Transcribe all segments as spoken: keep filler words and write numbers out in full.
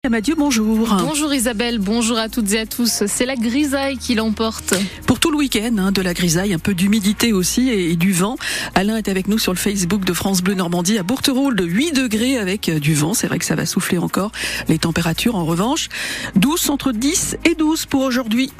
Mathieu, bonjour. Bonjour Isabelle, bonjour à toutes et à tous. C'est la grisaille qui l'emporte. Pour tout le week-end, hein, de la grisaille, un peu d'humidité aussi et, et du vent. Alain est avec nous sur le Facebook de France Bleu Normandie à Bourteroule de huit degrés avec euh, du vent. C'est vrai que ça va souffler encore. Les températures, en revanche, douze entre dix et douze pour aujourd'hui.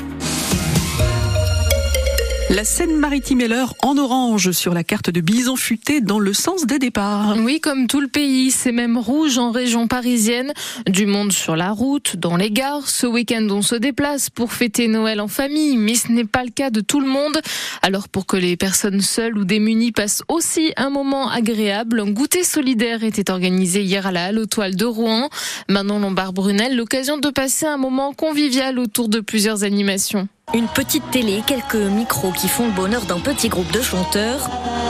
La Seine-Maritime est l'heure en orange sur la carte de Bison Futé dans le sens des départs. Oui, comme tout le pays, c'est même rouge en région parisienne. Du monde sur la route, dans les gares. Ce week-end, on se déplace pour fêter Noël en famille, mais ce n'est pas le cas de tout le monde. Alors pour que les personnes seules ou démunies passent aussi un moment agréable, un goûter solidaire était organisé hier à la Halle aux Toiles de Rouen. Manon Lombard-Brunel, l'occasion de passer un moment convivial autour de plusieurs animations. Une petite télé, quelques micros qui font le bonheur d'un petit groupe de chanteurs.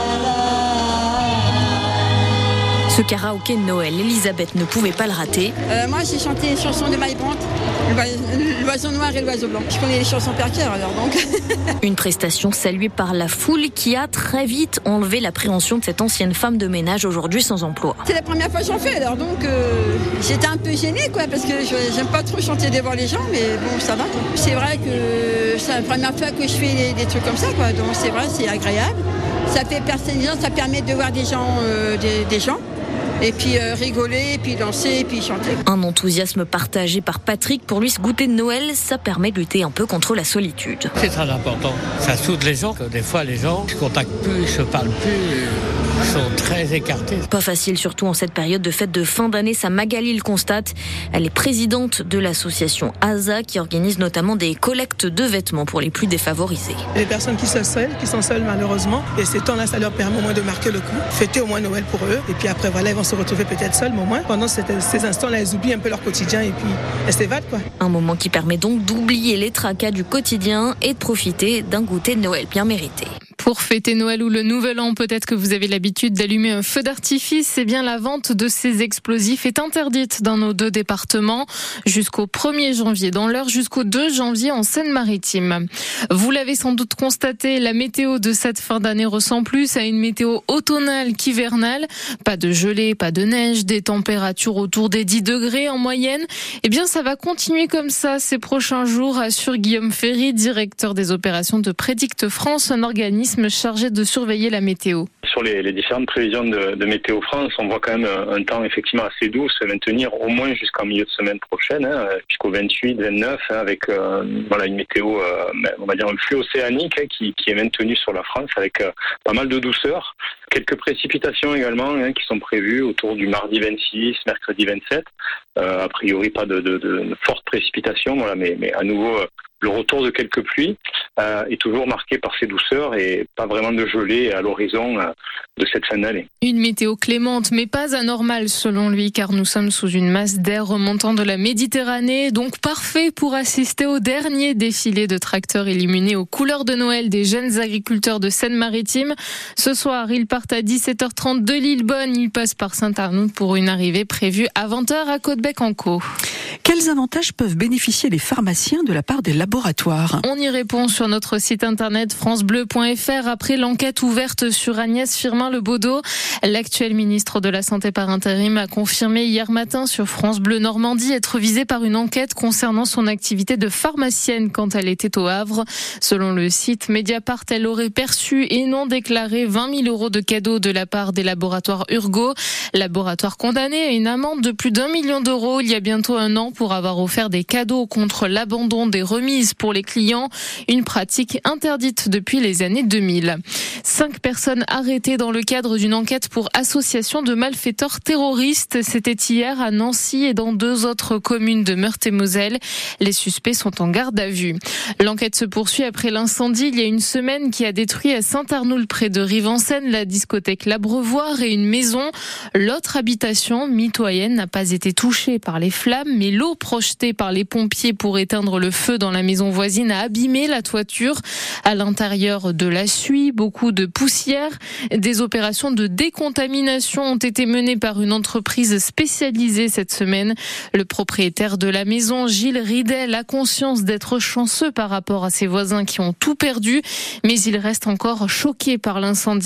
Ce karaoké de Noël, Elisabeth ne pouvait pas le rater. Euh, moi, j'ai chanté les chansons de Maï Brandt, l'oiseau noir et l'oiseau blanc. Je connais les chansons par cœur alors donc. Une prestation saluée par la foule qui a très vite enlevé l'appréhension de cette ancienne femme de ménage aujourd'hui sans emploi. C'est la première fois que j'en fais alors donc euh, j'étais un peu gênée quoi parce que je, j'aime pas trop chanter devant les gens mais bon ça va quoi. C'est vrai que c'est la première fois que je fais des, des trucs comme ça quoi donc c'est vrai c'est agréable. Ça fait personne les gens, ça permet de voir des gens, euh, des, des gens. Et puis euh, rigoler, et puis danser, et puis chanter. Un enthousiasme partagé par Patrick. Pour lui, ce goûter de Noël, ça permet de lutter un peu contre la solitude. C'est très important. Ça soude les gens. Des fois, les gens ne se contactent plus, ne se parlent plus, ils sont très écartés. Pas facile, surtout en cette période de fête de fin d'année. Ça, Magali le constate. Elle est présidente de l'association A S A qui organise notamment des collectes de vêtements pour les plus défavorisés. Les personnes qui sont seules, qui sont seules malheureusement, et ces temps-là, ça leur permet au moins de marquer le coup, fêter au moins Noël pour eux. Et puis après, voilà, ils vont se retrouver peut-être seuls, mais au moins pendant ces instants-là, elles oublient un peu leur quotidien et puis elles s'évadent quoi. Un moment qui permet donc d'oublier les tracas du quotidien et de profiter d'un goûter de Noël bien mérité. Pour fêter Noël ou le Nouvel An, peut-être que vous avez l'habitude d'allumer un feu d'artifice. C'est bien la vente de ces explosifs est interdite dans nos deux départements jusqu'au premier janvier dans l'Eure, jusqu'au deux janvier en Seine-Maritime. Vous l'avez sans doute constaté, la météo de cette fin d'année ressemble plus à une météo automnale qu'hivernale. Pas de gelée, pas de neige, des températures autour des dix degrés en moyenne. Eh bien, ça va continuer comme ça ces prochains jours, assure Guillaume Ferry, directeur des opérations de Prédicte France, un organisme chargé de surveiller la météo. Sur les, les différentes prévisions de, de Météo France, on voit quand même un, un temps effectivement assez doux se maintenir au moins jusqu'en milieu de semaine prochaine, hein, jusqu'au vingt-huit vingt-neuf, hein, avec euh, voilà une météo, euh, on va dire un flux océanique hein, qui, qui est maintenu sur la France avec euh, pas mal de douceur. Quelques précipitations également hein, qui sont prévues autour du mardi vingt-six, mercredi vingt-sept. Euh, a priori pas de, de, de fortes précipitations, voilà, mais, mais à nouveau euh, le retour de quelques pluies euh, est toujours marqué par ces douceurs et pas vraiment de gelée à l'horizon euh, de cette fin d'année. Une météo clémente mais pas anormale selon lui car nous sommes sous une masse d'air remontant de la Méditerranée, donc parfait pour assister au dernier défilé de tracteurs illuminés aux couleurs de Noël des jeunes agriculteurs de Seine-Maritime. Ce soir, ils partent à dix-sept heures trente de Lillebonne, ils passent par Saint-Arnould pour une arrivée prévue à vingt heures à Caudebec-en-Caux. Quels avantages peuvent bénéficier les pharmaciens de la part des laboratoires ? On y répond sur notre site internet francebleu point f r après l'enquête ouverte sur Agnès Firmin-Lebaudot. L'actuel ministre de la Santé par intérim a confirmé hier matin sur France Bleu Normandie être visée par une enquête concernant son activité de pharmacienne quand elle était au Havre. Selon le site Mediapart, elle aurait perçu et non déclaré vingt mille euros de cadeaux de la part des laboratoires Urgo. Laboratoire condamné à une amende de plus d'un million d'euros il y a bientôt un an pour avoir offert des cadeaux contre l'abandon des remises pour les clients, une pratique interdite depuis les années deux mille. Cinq personnes arrêtées dans le cadre d'une enquête pour association de malfaiteurs terroristes. C'était hier à Nancy et dans deux autres communes de Meurthe-et-Moselle. Les suspects sont en garde à vue. L'enquête se poursuit après l'incendie il y a une semaine qui a détruit à Saint-Arnould près de Rive-en-Seine la discothèque L'Abreuvoir et une maison. L'autre habitation mitoyenne n'a pas été touchée par les flammes, mais l'eau projetée par les pompiers pour éteindre le feu dans la maison voisine a abîmé la toiture. À l'intérieur de la suie, beaucoup de poussière. Des opérations de décontamination ont été menées par une entreprise spécialisée cette semaine. Le propriétaire de la maison, Gilles Ridel, a conscience d'être chanceux par rapport à ses voisins qui ont tout perdu, mais il reste encore choqué par l'incendie.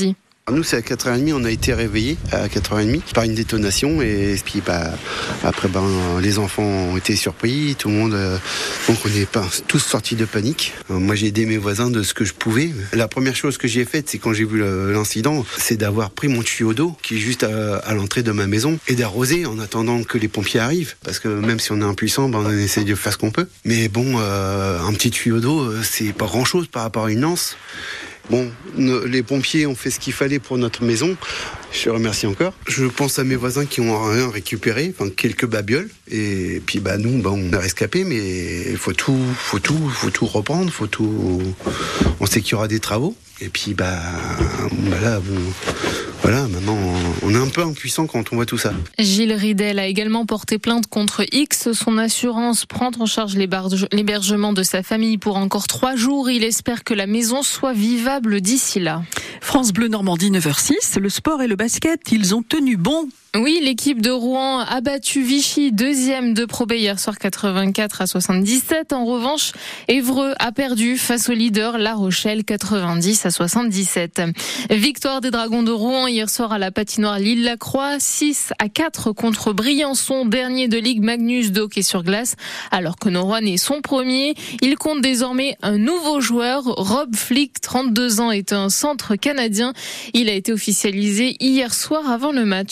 Nous, c'est à quatre heures trente, on a été réveillés à quatre heures trente par une détonation et puis bah, après ben, les enfants ont été surpris, tout le monde, euh, donc on est pas tous sortis de panique. Euh, moi j'ai aidé mes voisins de ce que je pouvais. La première chose que j'ai faite, c'est quand j'ai vu le, l'incident, c'est d'avoir pris mon tuyau d'eau qui est juste à, à l'entrée de ma maison et d'arroser en attendant que les pompiers arrivent. Parce que même si on est impuissant, ben, on essaie de faire ce qu'on peut. Mais bon, euh, un petit tuyau d'eau, c'est pas grand chose par rapport à une lance. Bon, les pompiers ont fait ce qu'il fallait pour notre maison. Je remercie encore. Je pense à mes voisins qui ont rien récupéré, enfin quelques babioles. Et puis bah nous, bah, on a rescapé, mais il faut tout, faut tout, faut tout reprendre, faut tout. On sait qu'il y aura des travaux. Et puis bah, bah là, bon, voilà, maintenant on est un peu impuissant quand on voit tout ça. Gilles Ridel a également porté plainte contre X. Son assurance prend en charge l'hébergement de sa famille pour encore trois jours. Il espère que la maison soit vivable d'ici là. France Bleu Normandie, neuf heures six. Le sport et le basket, ils ont tenu bon. Oui, l'équipe de Rouen a battu Vichy, deuxième de Pro B hier soir, quatre-vingt-quatre à soixante-dix-sept. En revanche, Évreux a perdu face au leader La Rochelle, quatre-vingt-dix à soixante-dix-sept. Victoire des Dragons de Rouen hier soir à la patinoire L'Île-la-Croix, six à quatre contre Briançon, dernier de Ligue Magnus de hockey sur glace. Alors que nos Rouennais sont premiers, ils comptent désormais un nouveau joueur. Rob Flick, trente-deux ans, est un centre canadien. Il a été officialisé hier soir avant le match.